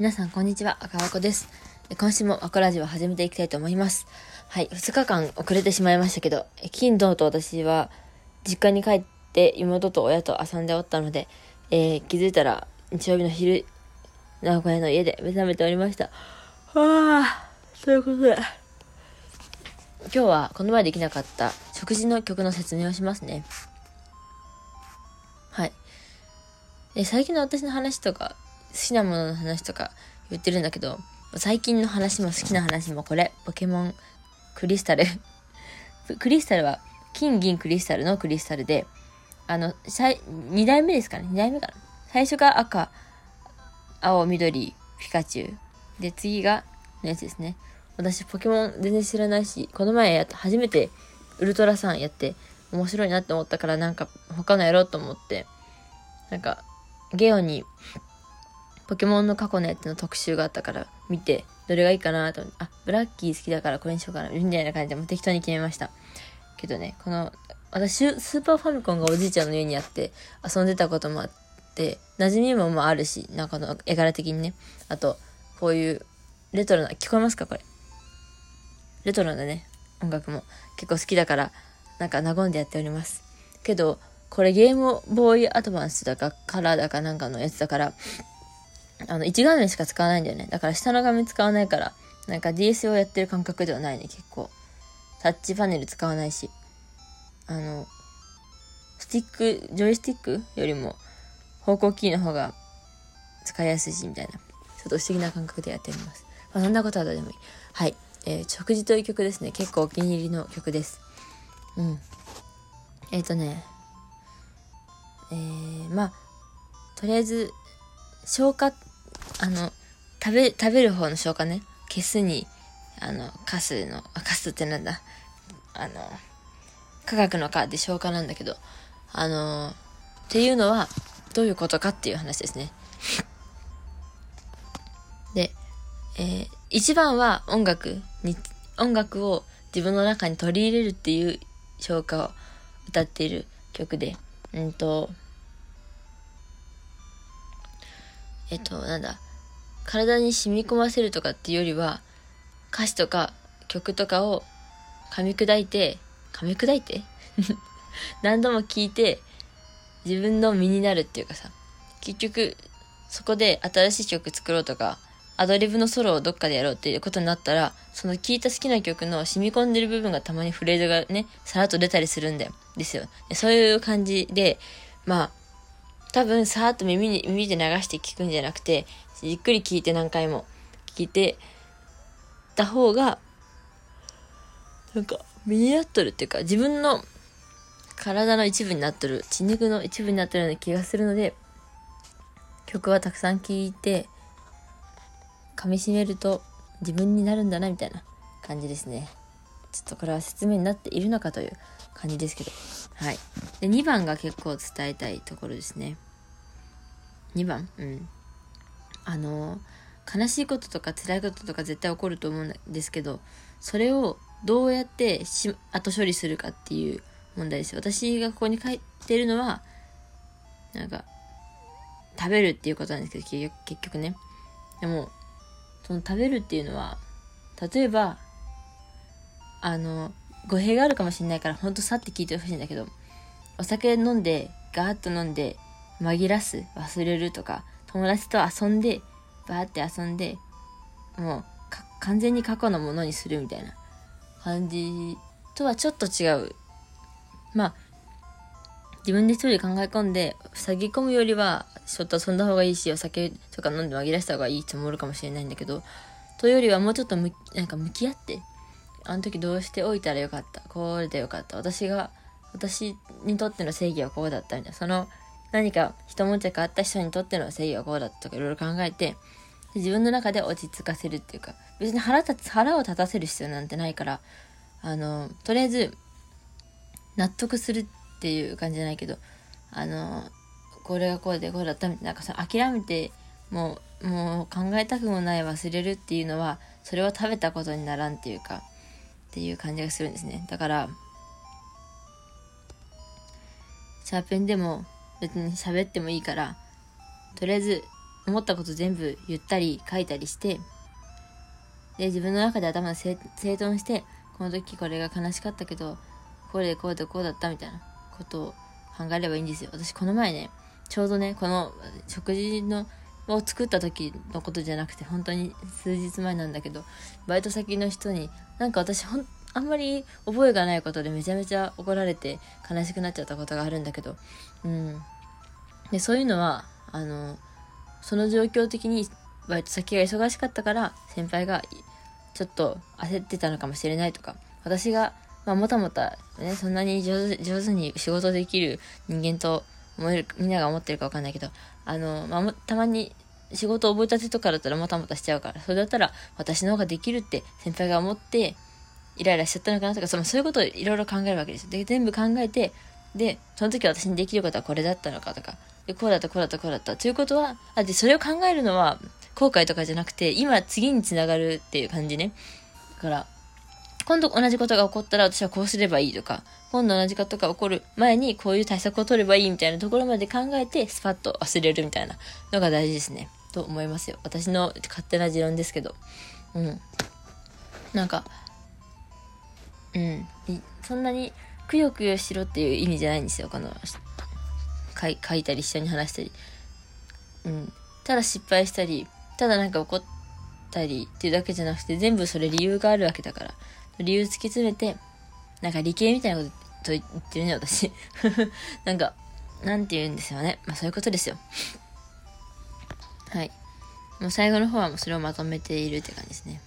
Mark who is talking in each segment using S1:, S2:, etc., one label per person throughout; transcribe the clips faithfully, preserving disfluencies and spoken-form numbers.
S1: 皆さんこんにちは、赤わこです。今週もわこラジオを始めていきたいと思います。はい、ふつかかん遅れてしまいましたけど、金土と私は実家に帰って妹と親と遊んでおったので、えー、気づいたら日曜日の昼、名古屋の家で目覚めておりました。はぁ、ということで、今日はこの前できなかった食事の曲の説明をしますね。はい。で、最近の私の話とか、好きなものの話とか言ってるんだけど、最近の話も好きな話もこれ、ポケモンクリスタルクリスタルは金銀クリスタルのクリスタルで、あのにだいめですかねにだいめかな。最初が赤、青、緑、ピカチュウで、次がのやつですね。私ポケモン全然知らないし、この前やって初めてウルトラサンやって面白いなって思ったから、なんか他のやろうと思って、なんかゲオにポケモンの過去のやつの特集があったから見て、どれがいいかなと思って、あ、ブラッキー好きだからこれにしようかなみたいな感じでも適当に決めました。けどね、この私スーパーファミコンがおじいちゃんの家にあって遊んでたこともあって、馴染みもまああるし、なんかの絵柄的にね、あとこういうレトロな、聞こえますかこれ、レトロなね音楽も結構好きだから、なんか和んでやっております。けどこれゲームボーイアドバンスだかカラーだかなんかのやつだから、あのいち画面しか使わないんだよね。だから下の画面使わないから、なんか ディーエス をやってる感覚ではないね。結構タッチパネル使わないし、あのスティックジョイスティックよりも方向キーの方が使いやすいしみたいな、ちょっと不思議な感覚でやっております。まあ、そんなことはどうでもいい。はい、えー、食事という曲ですね。結構お気に入りの曲です。うんえっ、ー、とねえー、まあとりあえず消化、あの食べ食べる方の消化ね、消すに、あのカスのあカスってなんだ、あの科学の科で消化なんだけど、あのっていうのはどういうことかっていう話ですね。で、えー、一番は音楽に音楽を自分の中に取り入れるっていう消化を歌っている曲で、うんとえっとなんだ体に染み込ませるとかっていうよりは、歌詞とか曲とかを噛み砕いて噛み砕いて何度も聴いて自分の身になるっていうかさ、結局そこで新しい曲作ろうとかアドリブのソロをどっかでやろうっていうことになったら、その聴いた好きな曲の染み込んでる部分がたまにフレーズがねさらっと出たりするんだよですよ。でそういう感じで、まあ多分さーっと耳に耳で流して聞くんじゃなくて、じっくり聞いて何回も聞いてた方がなんか身になっとるっていうか、自分の体の一部になっとる、血肉の一部になってるような気がするので、曲はたくさん聴いて噛み締めると自分になるんだなみたいな感じですね。ちょっとこれは説明になっているのかという感じですけど、はい。でにばんが結構伝えたいところですね。にばん、うんあの悲しいこととか辛いこととか絶対起こると思うんですけど、それをどうやってし後処理するかっていう問題ですよ。私がここに書いてるのはなんか食べるっていうことなんですけど、結局、結局ね。でもその食べるっていうのは、例えばあの語弊があるかもしれないからほんとさって聞いてほしいんだけど、お酒飲んでガーッと飲んで紛らす、忘れるとか、友達と遊んでバーって遊んでもう完全に過去のものにするみたいな感じとはちょっと違う。まあ自分で一人で考え込んで塞ぎ込むよりはちょっと遊んだ方がいいし、お酒とか飲んで紛らした方がいい人もおるかもしれないんだけど、というよりはもうちょっとむなんか向き合って、あの時どうしておいたらよかった、これでよかった、私が私にとっての正義はこうだったみたいな、その何か一悶着あった人にとっての正義はこうだったとかいろいろ考えて、自分の中で落ち着かせるっていうか、別に腹立つ腹を立たせる必要なんてないから、あのとりあえず納得するっていう感じじゃないけど、あのこれがこうでこうだったみたいな、なんかさ諦めてもうもう考えたくもない忘れるっていうのは、それは食べたことにならんっていうかっていう感じがするんですね。だからシャーペンでも別に喋ってもいいから、とりあえず思ったこと全部言ったり書いたりして、で自分の中で頭を整頓して、この時これが悲しかったけどこれでこうでこうだったみたいなことを考えればいいんですよ。私この前ね、ちょうどね、この食事のを作った時のことじゃなくて、本当に数日前なんだけど、バイト先の人になんか私ほんあんまり覚えがないことでめちゃめちゃ怒られて悲しくなっちゃったことがあるんだけど、うんでそういうのはあのその状況的にバイト先が忙しかったから先輩がちょっと焦ってたのかもしれないとか、私がまあもたもたね、そんなに上手上手に仕事できる人間と思える、みんなが思ってるか分かんないけど、あの、まあ、たまに仕事覚えたてとかだったらもたもたしちゃうから、それだったら私の方ができるって先輩が思ってイライラしちゃったのかなとか、そのそういうことをいろいろ考えるわけです。で全部考えて、でその時私にできることはこれだったのかとか、でこうだったこうだったこうだったということは、あでそれを考えるのは後悔とかじゃなくて、今次につながるっていう感じね。だから今度同じことが起こったら私はこうすればいいとか、今度同じことが起こる前にこういう対策を取ればいいみたいなところまで考えてスパッと忘れるみたいなのが大事ですねと思いますよ。私の勝手な持論ですけど、うんなんかうんそんなにくよくよしろっていう意味じゃないんですよ。この書い、書いたり一緒に話したり、うんただ失敗したり、ただなんか怒ったりっていうだけじゃなくて、全部それ理由があるわけだから、理由突き詰めて、なんか理系みたいなこと言ってるね私なんかなんて言うんですよね。まあそういうことですよ。はい。もう最後の方はもうそれをまとめているって感じですね。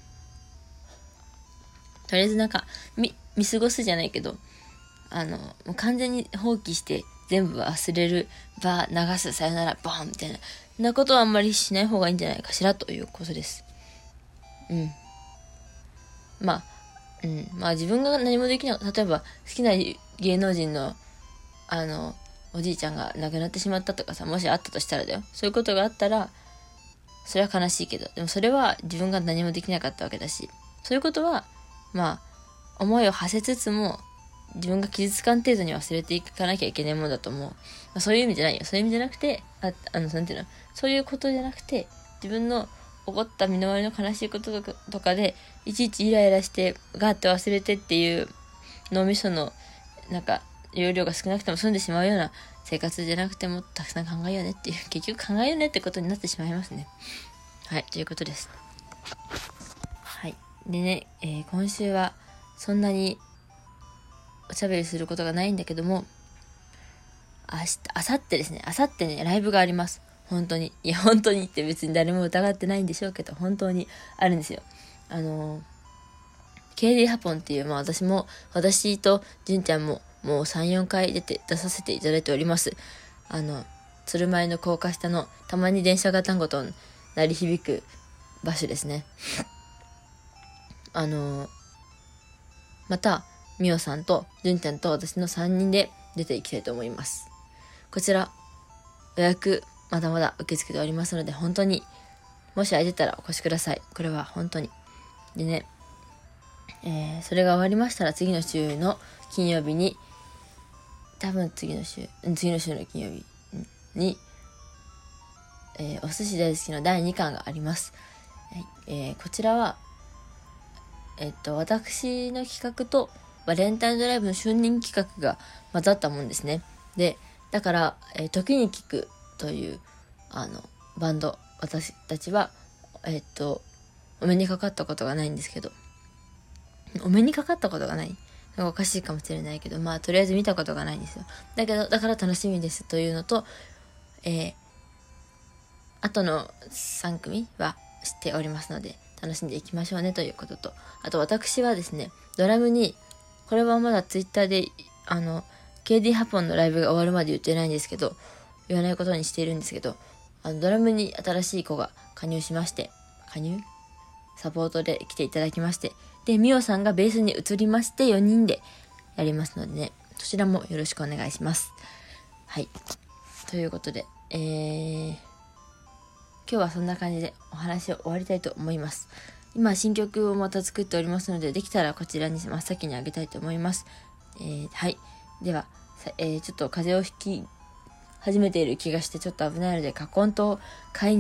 S1: とりあえずなんか見見過ごすじゃないけど、あのもう完全に放棄して全部忘れる、ば流す、さよならボンみたいななことはあんまりしない方がいいんじゃないかしらということです。うんまあうんまあ自分が何もできない、例えば好きな芸能人のあのおじいちゃんが亡くなってしまったとかさ、もしあったとしたらだよ、そういうことがあったらそれは悲しいけど、でもそれは自分が何もできなかったわけだし、そういうことはまあ思いを馳せつつも自分が傷つかん程度に忘れていかなきゃいけないものだと思う。まあ、そういう意味じゃないよ。そういう意味じゃなくて、あ、あの、なんていうの、そういうことじゃなくて、自分の起こった身の回りの悲しいこととかとかで、いちいちイライラして、ガーって忘れてっていう脳みその、なんか、容量が少なくても済んでしまうような生活じゃなくても、たくさん考えようねっていう、結局考えようねってことになってしまいますね。はい、ということです。はい。でね、えー、今週は、そんなに、おしゃべりすることがないんだけども、明日、明後日ですね。明後日ね、ライブがあります。本当に。いや、本当にって別に誰も疑ってないんでしょうけど、本当にあるんですよ。あのー、ケーディー ハポンっていう、まあ私も、私と純ちゃんも、もうさん、よんかい出て、出させていただいております。あの、鶴舞の高架下の、たまに電車が単語と鳴り響く場所ですね。あのー、また、みおさんとじゅんちゃんと私のさんにんで出ていきたいと思います。こちら予約まだまだ受け付けておりますので、本当にもし空いてたらお越しください。これは本当にでね、えー、それが終わりましたら次の週の金曜日に、多分次の週次の週の金曜日に、えー、お寿司大好きのだいにかんがあります。はいえー、こちらはえっと私の企画とバレンタインドライブの就任企画が混ざったもんですね。で、だから、えー、時に聞くというあのバンド、私たちはえっとお目にかかったことがないんですけど、お目にかかったことがない、おかしいかもしれないけど、まあとりあえず見たことがないんですよ。だけどだから楽しみですというのと、えー、あとのさん組は知っておりますので楽しんでいきましょうねということと、あと私はですね、ドラムに、これはまだツイッターであの ケーディー ハポンのライブが終わるまで言ってないんですけど、言わないことにしているんですけど、あのドラムに新しい子が加入しまして、加入サポートで来ていただきまして、でミオさんがベースに移りましてよにんでやりますのでね、そちらもよろしくお願いします。はい、ということで、えー、今日はそんな感じでお話を終わりたいと思います。今新曲をまた作っておりますので、できたらこちらに真っ先にあげたいと思います。えー、はいでは、えー、ちょっと風邪をひき始めている気がしてちょっと危ないので、カコンと買いに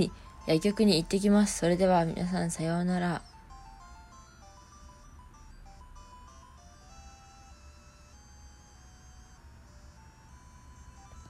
S1: 薬局に行ってきます。それでは皆さんさようなら。